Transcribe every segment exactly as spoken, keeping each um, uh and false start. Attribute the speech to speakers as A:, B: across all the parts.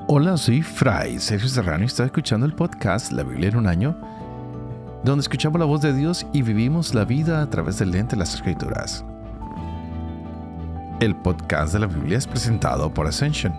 A: Hola, soy Fray Sergio Serrano y está escuchando el podcast La Biblia en un año, donde escuchamos la voz de Dios y vivimos la vida a través del lente de las Escrituras. El podcast de la Biblia es presentado por Ascension.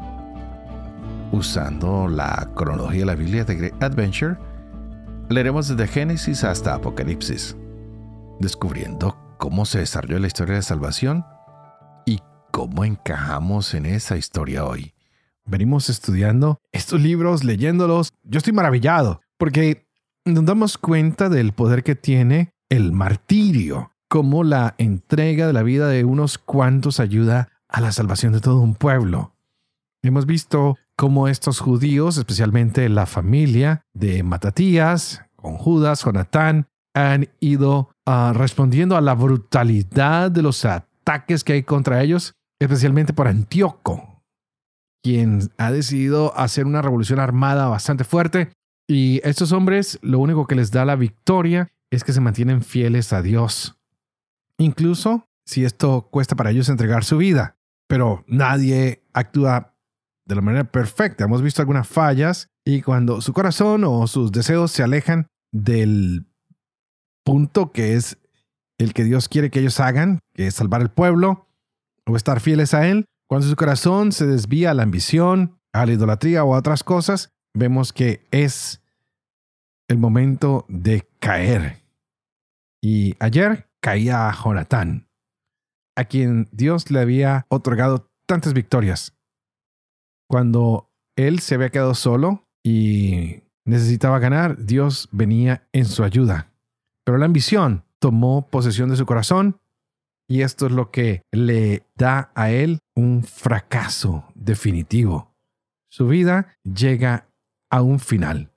A: Usando la cronología de la Biblia de Great Adventure, leeremos desde Génesis hasta Apocalipsis, descubriendo cómo se desarrolló la historia de salvación y cómo encajamos en esa historia hoy. Venimos estudiando estos libros, leyéndolos. Yo estoy maravillado porque nos damos cuenta del poder que tiene el martirio, cómo la entrega de la vida de unos cuantos ayuda a la salvación de todo un pueblo. Hemos visto cómo estos judíos, especialmente la familia de Matatías, con Judas, Jonatán, han ido uh, respondiendo a la brutalidad de los ataques que hay contra ellos, especialmente por Antíoco, quien ha decidido hacer una revolución armada bastante fuerte. Y estos hombres, lo único que les da la victoria es que se mantienen fieles a Dios, incluso si esto cuesta para ellos entregar su vida. Pero nadie actúa de la manera perfecta. Hemos visto algunas fallas y cuando su corazón o sus deseos se alejan del punto que es el que Dios quiere que ellos hagan, que es salvar el pueblo o estar fieles a Él, cuando su corazón se desvía a la ambición, a la idolatría o a otras cosas, vemos que es el momento de caer. Y ayer caía a Jonatán, a quien Dios le había otorgado tantas victorias. Cuando él se había quedado solo y necesitaba ganar, Dios venía en su ayuda. Pero la ambición tomó posesión de su corazón y esto es lo que le da a él un fracaso definitivo. Su vida llega a un final.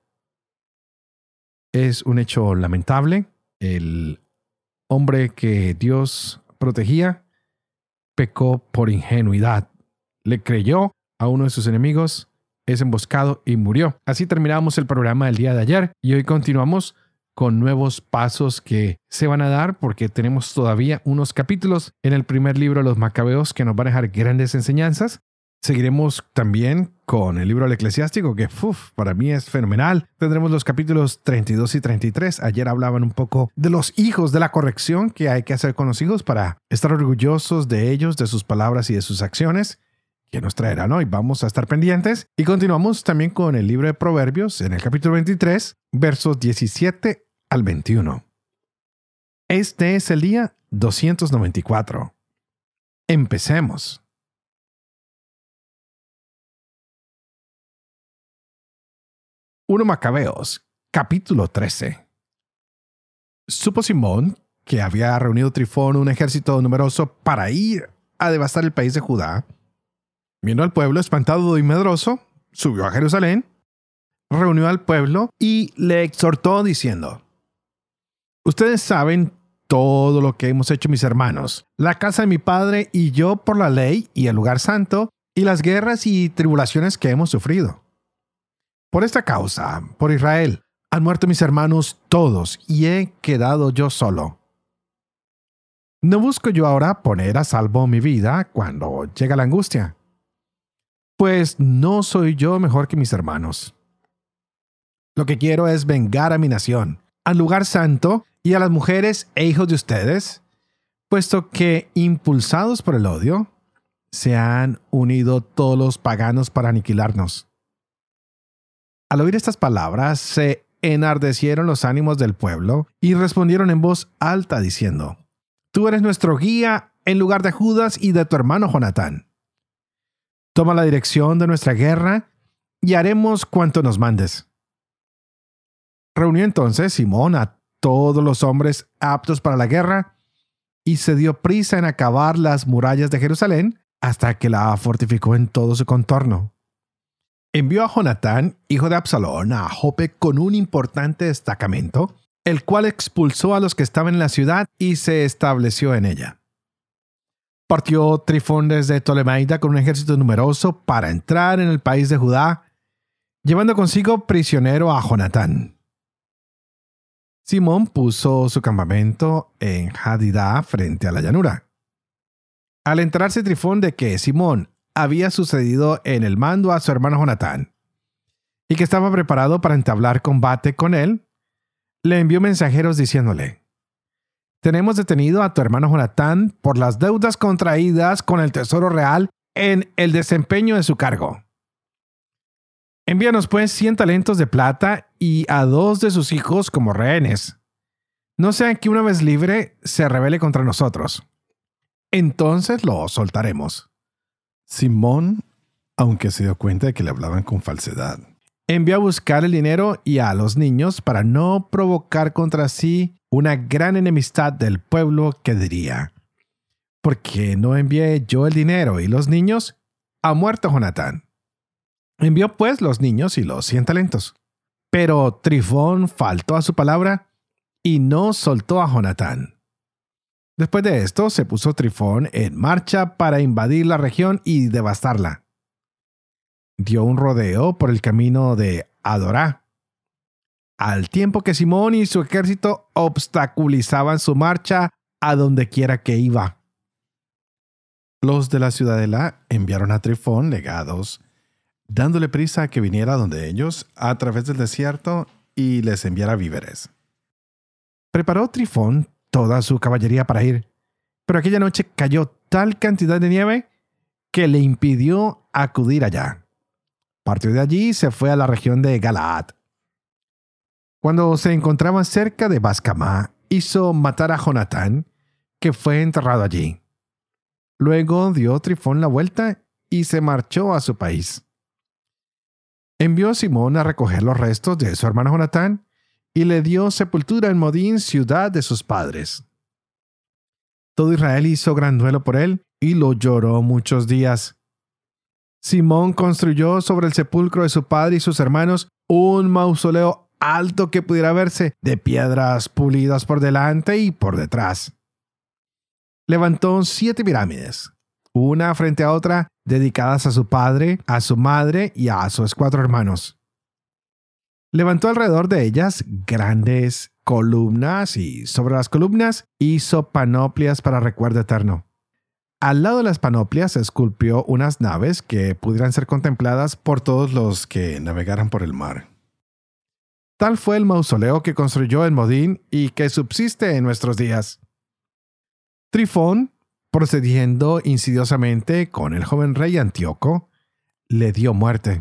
A: Es un hecho lamentable. El hombre que Dios protegía pecó por ingenuidad. Le creyó a uno de sus enemigos, es emboscado y murió. Así terminamos el programa del día de ayer y hoy continuamos con nuevos pasos que se van a dar porque tenemos todavía unos capítulos en el primer libro de los Macabeos que nos van a dejar grandes enseñanzas. Seguiremos también con el libro del Eclesiástico que uf, para mí es fenomenal. Tendremos los capítulos treinta y dos y treinta y tres. Ayer hablaban un poco de los hijos, de la corrección que hay que hacer con los hijos para estar orgullosos de ellos, de sus palabras y de sus acciones que nos traerán hoy. Vamos a estar pendientes y continuamos también con el libro de Proverbios en el capítulo veintitrés, versos diecisiete al veintiuno. Este es el día doscientos noventa y cuatro. Empecemos. primero Macabeos, capítulo trece. Supo Simón que había reunido Trifón un ejército numeroso para ir a devastar el país de Judá. Viendo al pueblo espantado y medroso, subió a Jerusalén, reunió al pueblo y le exhortó diciendo: Ustedes saben todo lo que hemos hecho mis hermanos, la casa de mi padre y yo por la ley y el lugar santo, y las guerras y tribulaciones que hemos sufrido. Por esta causa, por Israel, han muerto mis hermanos todos y he quedado yo solo. ¿No busco yo ahora poner a salvo mi vida cuando llega la angustia? Pues no soy yo mejor que mis hermanos. Lo que quiero es vengar a mi nación, al lugar santo y a las mujeres e hijos de ustedes, puesto que, impulsados por el odio, se han unido todos los paganos para aniquilarnos. Al oír estas palabras, se enardecieron los ánimos del pueblo y respondieron en voz alta diciendo: Tú eres nuestro guía en lugar de Judas y de tu hermano Jonatán. Toma la dirección de nuestra guerra y haremos cuanto nos mandes. Reunió entonces Simón a todos los hombres aptos para la guerra y se dio prisa en acabar las murallas de Jerusalén hasta que la fortificó en todo su contorno. Envió a Jonatán, hijo de Absalón, a Jope con un importante destacamento, el cual expulsó a los que estaban en la ciudad y se estableció en ella. Partió Trifón desde Tolemaida con un ejército numeroso para entrar en el país de Judá, llevando consigo prisionero a Jonatán. Simón puso su campamento en Hadidá frente a la llanura. Al enterarse Trifón de que Simón había sucedido en el mando a su hermano Jonatán y que estaba preparado para entablar combate con él, le envió mensajeros diciéndole: tenemos detenido a tu hermano Jonatán por las deudas contraídas con el tesoro real en el desempeño de su cargo. Envíanos pues cien talentos de plata y a dos de sus hijos como rehenes. No sea que una vez libre se rebele contra nosotros. Entonces lo soltaremos.
B: Simón, aunque se dio cuenta de que le hablaban con falsedad,
A: envió a buscar el dinero y a los niños para no provocar contra sí una gran enemistad del pueblo que diría: ¿por qué no envié yo el dinero y los niños? Ha muerto Jonatán. Envió pues los niños y los cien talentos. Pero Trifón faltó a su palabra y no soltó a Jonatán. Después de esto se puso Trifón en marcha para invadir la región y devastarla. Dio un rodeo por el camino de Adorá, al tiempo que Simón y su ejército obstaculizaban su marcha a donde quiera que iba.
B: Los de la ciudadela enviaron a Trifón legados, dándole prisa a que viniera donde ellos a través del desierto y les enviara víveres.
A: Preparó Trifón toda su caballería para ir, pero aquella noche cayó tal cantidad de nieve que le impidió acudir allá. Partió de allí y se fue a la región de Galaad. Cuando se encontraba cerca de Bascamá, hizo matar a Jonatán, que fue enterrado allí. Luego dio Trifón la vuelta y se marchó a su país. Envió a Simón a recoger los restos de su hermano Jonatán y le dio sepultura en Modín, ciudad de sus padres. Todo Israel hizo gran duelo por él y lo lloró muchos días. Simón construyó sobre el sepulcro de su padre y sus hermanos un mausoleo alto que pudiera verse, de piedras pulidas por delante y por detrás. Levantó siete pirámides, una frente a otra, dedicadas a su padre, a su madre y a sus cuatro hermanos. Levantó alrededor de ellas grandes columnas y sobre las columnas hizo panoplias para recuerdo eterno. Al lado de las panoplias esculpió unas naves que pudieran ser contempladas por todos los que navegaran por el mar. Tal fue el mausoleo que construyó en Modín y que subsiste en nuestros días. Trifón, procediendo insidiosamente con el joven rey Antíoco, le dio muerte.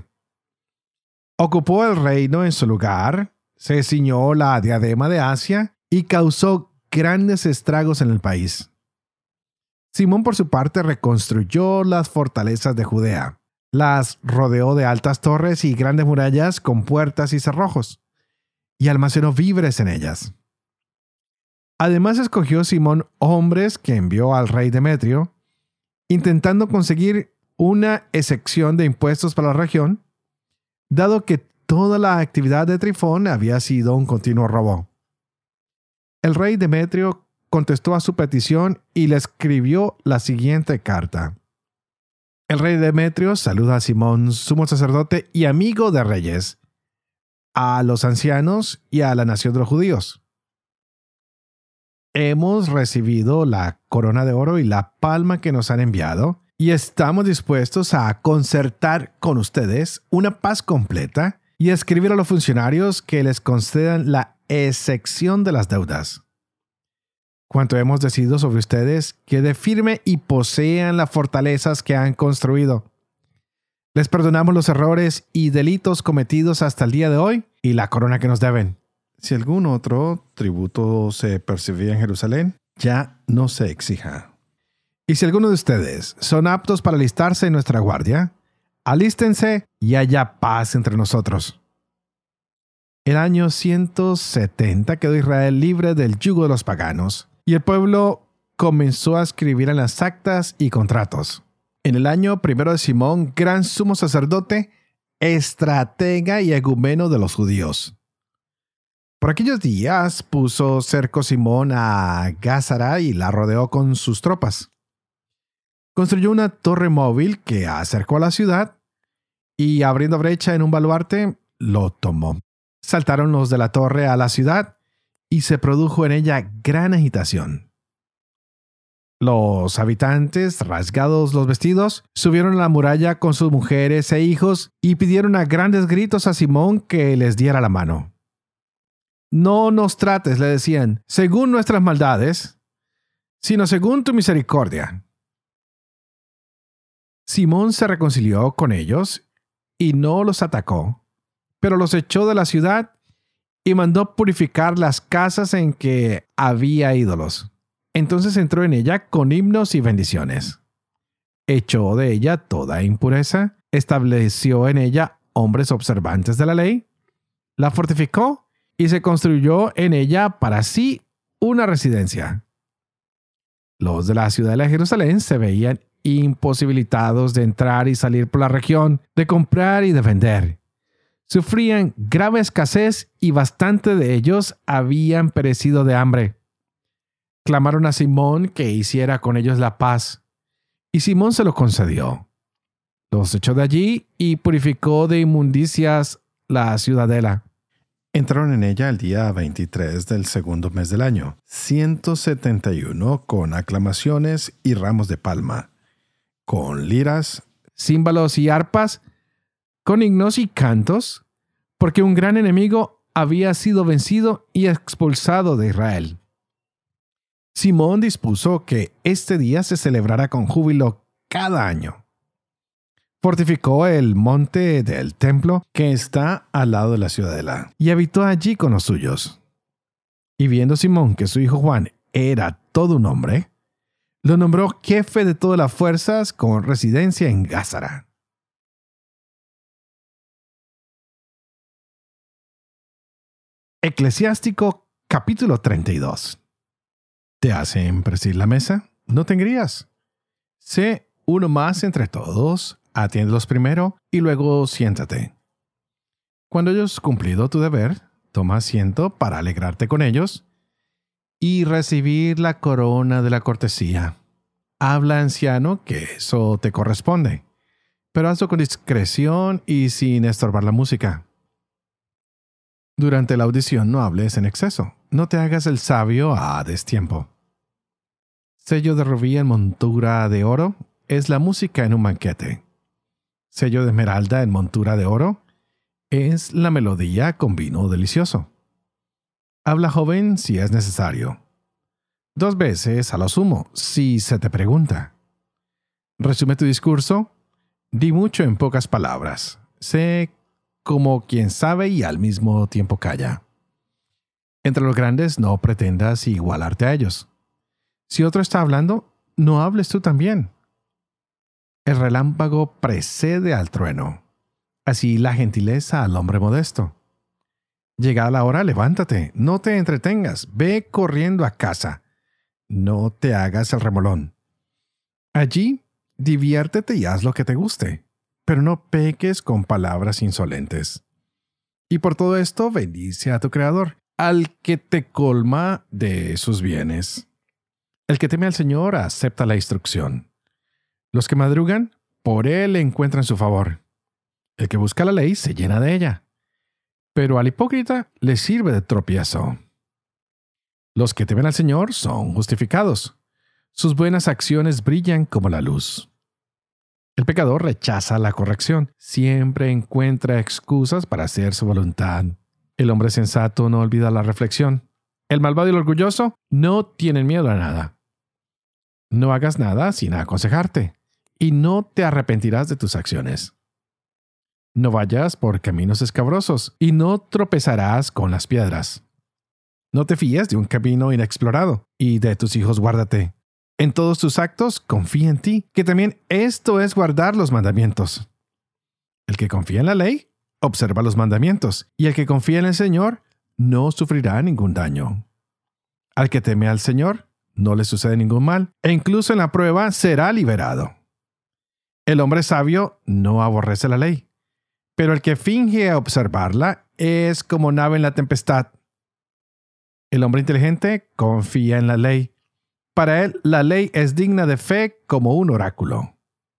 A: Ocupó el reino en su lugar, se ciñó la diadema de Asia y causó grandes estragos en el país. Simón, por su parte, reconstruyó las fortalezas de Judea. Las rodeó de altas torres y grandes murallas con puertas y cerrojos, y almacenó víveres en ellas. Además, escogió Simón hombres que envió al rey Demetrio, intentando conseguir una exención de impuestos para la región, dado que toda la actividad de Trifón había sido un continuo robo. El rey Demetrio contestó a su petición y le escribió la siguiente carta. El rey Demetrio saluda a Simón, sumo sacerdote y amigo de reyes, a los ancianos y a la nación de los judíos. Hemos recibido la corona de oro y la palma que nos han enviado y estamos dispuestos a concertar con ustedes una paz completa y a escribir a los funcionarios que les concedan la exención de las deudas. Cuanto hemos decidido sobre ustedes, quede firme y posean las fortalezas que han construido. Les perdonamos los errores y delitos cometidos hasta el día de hoy y la corona que nos deben.
B: Si algún otro tributo se percibía en Jerusalén, ya no se exija.
A: Y si alguno de ustedes son aptos para alistarse en nuestra guardia, alístense y haya paz entre nosotros. El año ciento setenta quedó Israel libre del yugo de los paganos, y el pueblo comenzó a escribir en las actas y contratos. En el año primero de Simón, gran sumo sacerdote, estratega y egumeno de los judíos. Por aquellos días puso cerco Simón a Gázara y la rodeó con sus tropas. Construyó una torre móvil que acercó a la ciudad y, abriendo brecha en un baluarte, lo tomó. Saltaron los de la torre a la ciudad y se produjo en ella gran agitación. Los habitantes, rasgados los vestidos, subieron a la muralla con sus mujeres e hijos y pidieron a grandes gritos a Simón que les diera la mano. No nos trates, le decían, según nuestras maldades, sino según tu misericordia. Simón se reconcilió con ellos y no los atacó, pero los echó de la ciudad y mandó purificar las casas en que había ídolos. Entonces entró en ella con himnos y bendiciones. Echó de ella toda impureza, estableció en ella hombres observantes de la ley, la fortificó y se construyó en ella para sí una residencia. Los de la ciudad de Jerusalén se veían imposibilitados de entrar y salir por la región, de comprar y de vender. Sufrían grave escasez y bastante de ellos habían perecido de hambre. Clamaron a Simón que hiciera con ellos la paz, y Simón se lo concedió. Los echó de allí y purificó de inmundicias la ciudadela.
B: Entraron en ella el día veintitrés del segundo mes del año, ciento setenta y uno, con aclamaciones y ramos de palma, con liras,
A: címbalos y arpas, con himnos y cantos, porque un gran enemigo había sido vencido y expulsado de Israel. Simón dispuso que este día se celebrara con júbilo cada año. Fortificó el monte del templo que está al lado de la ciudadela y habitó allí con los suyos. Y viendo Simón que su hijo Juan era todo un hombre, lo nombró jefe de todas las fuerzas con residencia en Gázara. Eclesiástico capítulo treinta y dos. ¿Te hacen presidir la mesa? No te engrías. Sé uno más entre todos, atiéndelos primero y luego siéntate. Cuando hayas cumplido tu deber, toma asiento para alegrarte con ellos y recibir la corona de la cortesía. Habla, anciano, que eso te corresponde, pero hazlo con discreción y sin estorbar la música. Durante la audición no hables en exceso. No te hagas el sabio a destiempo. Sello de rubí en montura de oro es la música en un banquete. Sello de esmeralda en montura de oro es la melodía con vino delicioso. Habla joven si es necesario. Dos veces a lo sumo, si se te pregunta. Resume tu discurso. Di mucho en pocas palabras. Sé como quien sabe y al mismo tiempo calla. Entre los grandes no pretendas igualarte a ellos. Si otro está hablando, no hables tú también. El relámpago precede al trueno, así la gentileza al hombre modesto. Llegada la hora, levántate, no te entretengas, ve corriendo a casa. No te hagas el remolón. Allí, diviértete y haz lo que te guste, pero no peques con palabras insolentes. Y por todo esto, bendice a tu Creador, al que te colma de sus bienes. El que teme al Señor acepta la instrucción. Los que madrugan, por él encuentran su favor. El que busca la ley se llena de ella, pero al hipócrita le sirve de tropiezo. Los que temen al Señor son justificados. Sus buenas acciones brillan como la luz. El pecador rechaza la corrección, siempre encuentra excusas para hacer su voluntad. El hombre sensato no olvida la reflexión. El malvado y el orgulloso no tienen miedo a nada. No hagas nada sin aconsejarte, y no te arrepentirás de tus acciones. No vayas por caminos escabrosos, y no tropezarás con las piedras. No te fíes de un camino inexplorado, y de tus hijos guárdate. En todos tus actos confía en ti, que también esto es guardar los mandamientos. El que confía en la ley, observa los mandamientos, y el que confía en el Señor, no sufrirá ningún daño. Al que teme al Señor, no le sucede ningún mal, e incluso en la prueba será liberado. El hombre sabio no aborrece la ley, pero el que finge observarla es como nave en la tempestad. El hombre inteligente confía en la ley. Para él, la ley es digna de fe como un oráculo.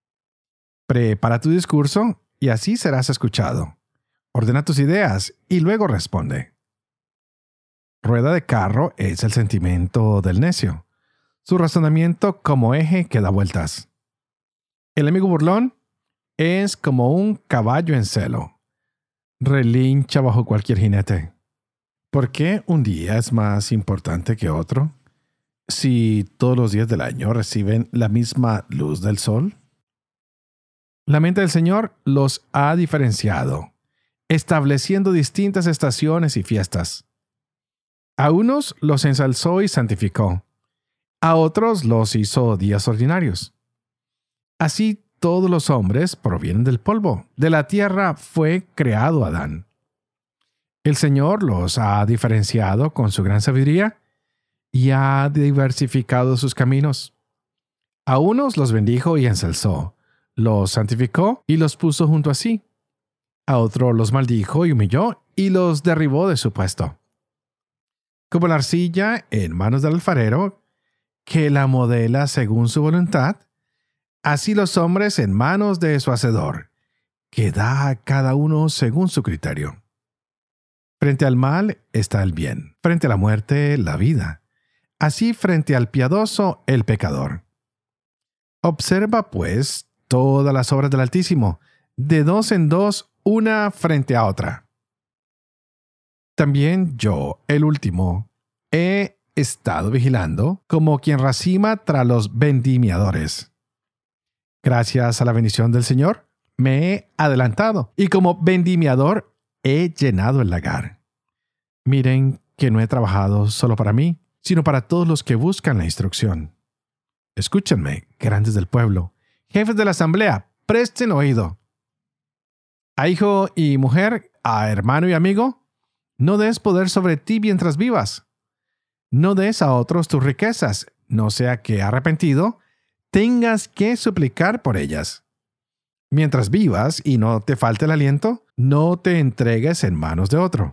A: Prepara tu discurso y así serás escuchado. Ordena tus ideas y luego responde. Rueda de carro es el sentimiento del necio. Su razonamiento como eje que da vueltas. El amigo burlón es como un caballo en celo. Relincha bajo cualquier jinete. ¿Por qué un día es más importante que otro? Si todos los días del año reciben la misma luz del sol. La mente del Señor los ha diferenciado, estableciendo distintas estaciones y fiestas. A unos los ensalzó y santificó, a otros los hizo días ordinarios. Así todos los hombres provienen del polvo, de la tierra fue creado Adán. El Señor los ha diferenciado con su gran sabiduría y ha diversificado sus caminos. A unos los bendijo y ensalzó, los santificó y los puso junto a sí. A otros los maldijo y humilló y los derribó de su puesto. Como la arcilla en manos del alfarero, que la modela según su voluntad, así los hombres en manos de su hacedor, que da a cada uno según su criterio. Frente al mal está el bien, frente a la muerte la vida, así frente al piadoso el pecador. Observa, pues, todas las obras del Altísimo, de dos en dos, una frente a otra. También yo, el último, he estado vigilando como quien racima tras los vendimiadores. Gracias a la bendición del Señor, me he adelantado y como vendimiador he llenado el lagar. Miren que no he trabajado solo para mí, sino para todos los que buscan la instrucción. Escúchenme, grandes del pueblo, jefes de la asamblea, presten oído. A hijo y mujer, a hermano y amigo, no des poder sobre ti mientras vivas. No des a otros tus riquezas, no sea que arrepentido tengas que suplicar por ellas. Mientras vivas y no te falte el aliento, no te entregues en manos de otro.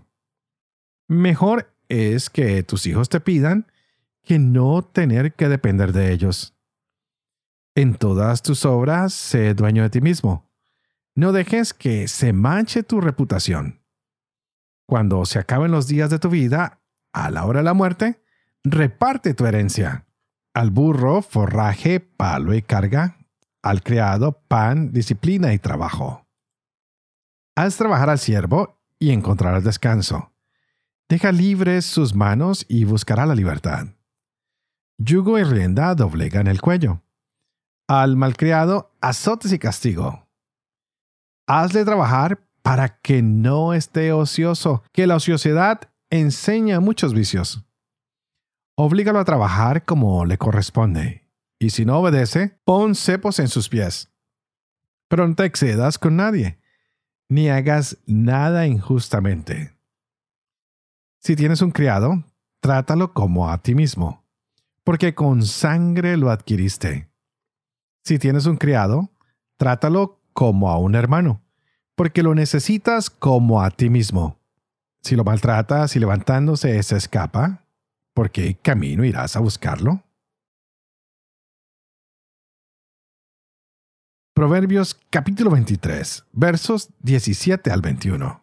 A: Mejor es que tus hijos te pidan que no tener que depender de ellos. En todas tus obras, sé dueño de ti mismo. No dejes que se manche tu reputación. Cuando se acaben los días de tu vida, a la hora de la muerte, reparte tu herencia. Al burro, forraje, palo y carga. Al criado, pan, disciplina y trabajo. Haz trabajar al siervo y encontrarás descanso. Deja libres sus manos y buscará la libertad. Yugo y rienda doblegan el cuello. Al malcriado, azotes y castigo. Hazle trabajar para que no esté ocioso, que la ociosidad enseña muchos vicios. Oblígalo a trabajar como le corresponde. Y si no obedece, pon cepos en sus pies. Pero no te excedas con nadie, ni hagas nada injustamente. Si tienes un criado, trátalo como a ti mismo, porque con sangre lo adquiriste. Si tienes un criado, trátalo como a un hermano, porque lo necesitas como a ti mismo. Si lo maltratas y levantándose se escapa, ¿por qué camino irás a buscarlo? Proverbios capítulo veintitrés, versos diecisiete al veintiuno.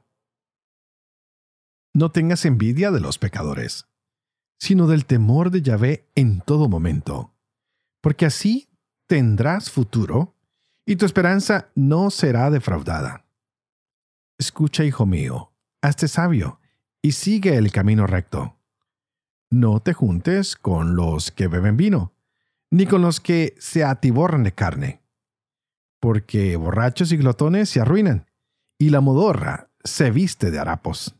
A: No tengas envidia de los pecadores, sino del temor de Yahvé en todo momento, porque así tendrás futuro y tu esperanza no será defraudada. Escucha, hijo mío, hazte sabio y sigue el camino recto. No te juntes con los que beben vino, ni con los que se atiborran de carne, porque borrachos y glotones se arruinan, y la modorra se viste de harapos.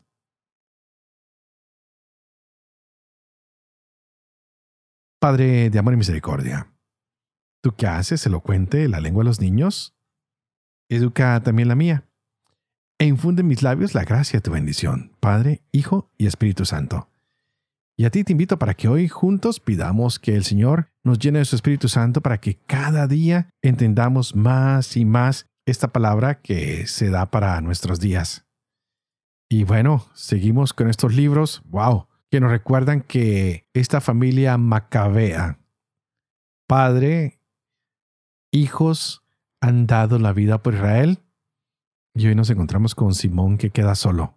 A: Padre de amor y misericordia, ¿tú qué haces elocuente la lengua de los niños? Educa también la mía, e infunde en mis labios la gracia de tu bendición, Padre, Hijo y Espíritu Santo. Y a ti te invito para que hoy juntos pidamos que el Señor nos llene de su Espíritu Santo para que cada día entendamos más y más esta palabra que se da para nuestros días. Y bueno, seguimos con estos libros, wow, que nos recuerdan que esta familia macabea, padre, hijos, han dado la vida por Israel. Y hoy nos encontramos con Simón que queda solo.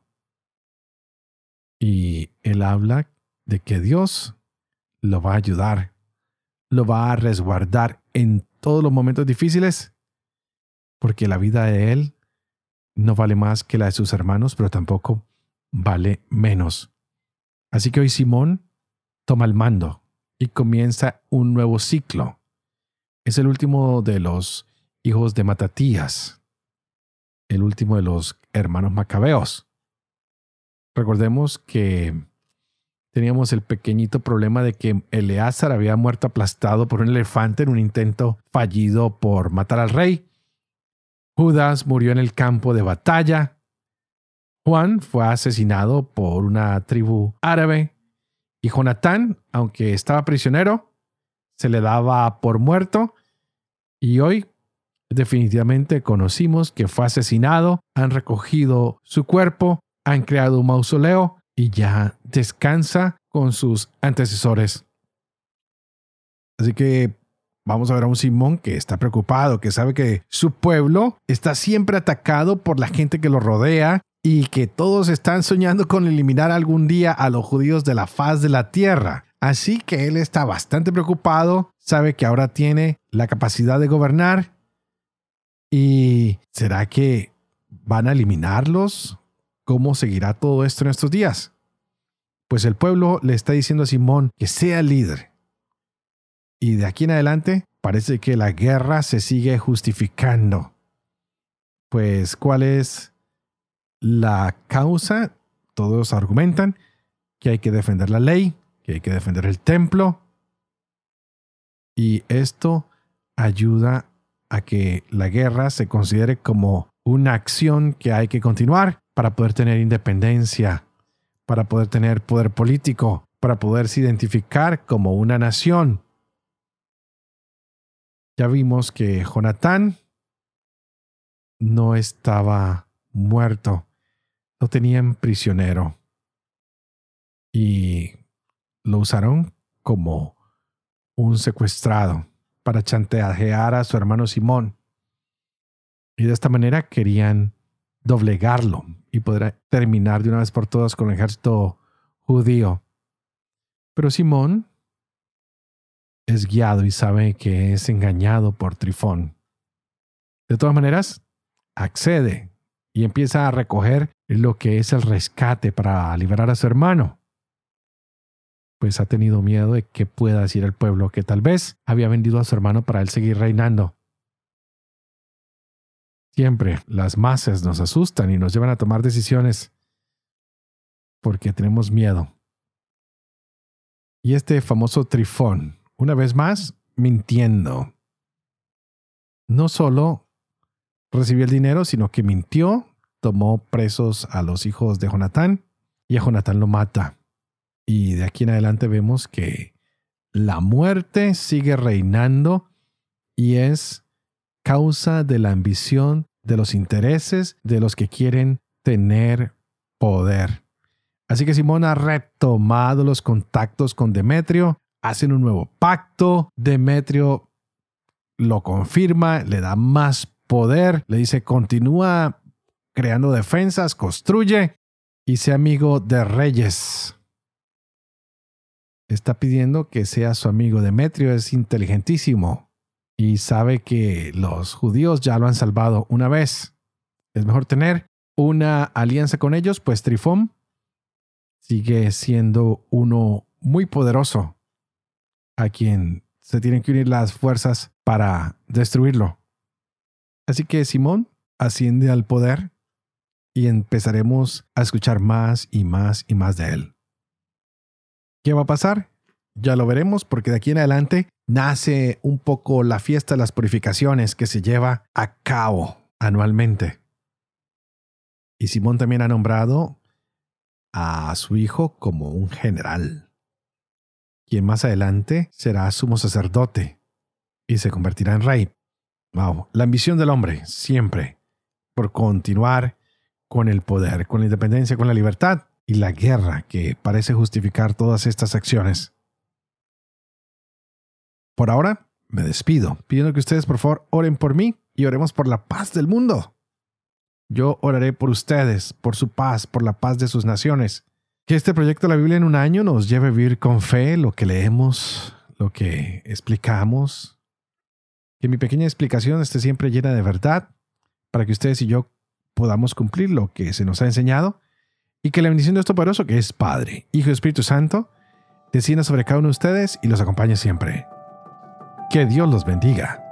A: Y él habla de que Dios lo va a ayudar lo va a resguardar en todos los momentos difíciles, porque la vida de él no vale más que la de sus hermanos, pero tampoco vale menos. Así que hoy Simón toma el mando y comienza un nuevo ciclo. Es el último de los hijos de Matatías, el último de los hermanos macabeos. Recordemos que teníamos el pequeñito problema de que Eleazar había muerto aplastado por un elefante en un intento fallido por matar al rey. Judas murió en el campo de batalla. Juan fue asesinado por una tribu árabe. Y Jonatán, aunque estaba prisionero, se le daba por muerto. Y hoy definitivamente conocimos que fue asesinado. Han recogido su cuerpo, han creado un mausoleo y ya descansa con sus antecesores. Así que vamos a ver a un Simón que está preocupado, que sabe que su pueblo está siempre atacado por la gente que lo rodea y que todos están soñando con eliminar algún día a los judíos de la faz de la tierra. Así que él está bastante preocupado, sabe que ahora tiene la capacidad de gobernar. ¿Y será que van a eliminarlos? ¿Cómo seguirá todo esto en estos días? Pues el pueblo le está diciendo a Simón que sea líder. Y de aquí en adelante parece que la guerra se sigue justificando. Pues, ¿cuál es la causa? Todos argumentan que hay que defender la ley, que hay que defender el templo. Y esto ayuda a que la guerra se considere como una acción que hay que continuar para poder tener independencia, para poder tener poder político, para poderse identificar como una nación. Ya vimos que Jonatán no estaba muerto, lo tenían prisionero y lo usaron como un secuestrado para chantajear a su hermano Simón. Y de esta manera querían doblegarlo y poder terminar de una vez por todas con el ejército judío. Pero Simón es guiado y sabe que es engañado por Trifón. De todas maneras, accede y empieza a recoger lo que es el rescate para liberar a su hermano. Pues ha tenido miedo de que pueda decir el pueblo que tal vez había vendido a su hermano para él seguir reinando. Siempre las masas nos asustan y nos llevan a tomar decisiones porque tenemos miedo. Y este famoso Trifón, una vez más, mintiendo. No solo recibió el dinero, sino que mintió, tomó presos a los hijos de Jonatán y a Jonatán lo mata. Y de aquí en adelante vemos que la muerte sigue reinando y es causa de la ambición, de los intereses, de los que quieren tener poder. Así que Simón ha retomado los contactos con Demetrio, hacen un nuevo pacto, Demetrio lo confirma, le da más poder, le dice continúa creando defensas, construye y sea amigo de reyes. Está pidiendo que sea su amigo. Demetrio es inteligentísimo y sabe que los judíos ya lo han salvado una vez. Es mejor tener una alianza con ellos, pues Trifón sigue siendo uno muy poderoso a quien se tienen que unir las fuerzas para destruirlo. Así que Simón asciende al poder y empezaremos a escuchar más y más y más de él. ¿Qué va a pasar? Ya lo veremos porque de aquí en adelante nace un poco la fiesta de las purificaciones que se lleva a cabo anualmente. Y Simón también ha nombrado a su hijo como un general, quien más adelante será sumo sacerdote y se convertirá en rey. Wow, la ambición del hombre siempre por continuar con el poder, con la independencia, con la libertad y la guerra que parece justificar todas estas acciones. Por ahora, me despido, pidiendo que ustedes por favor oren por mí y oremos por la paz del mundo. Yo oraré por ustedes, por su paz, por la paz de sus naciones. Que este proyecto de la Biblia en un año nos lleve a vivir con fe lo que leemos, lo que explicamos, que mi pequeña explicación esté siempre llena de verdad, para que ustedes y yo podamos cumplir lo que se nos ha enseñado, y que la bendición de esto poderoso, que es Padre, Hijo y Espíritu Santo, descienda sobre cada uno de ustedes y los acompañe siempre. Que Dios los bendiga.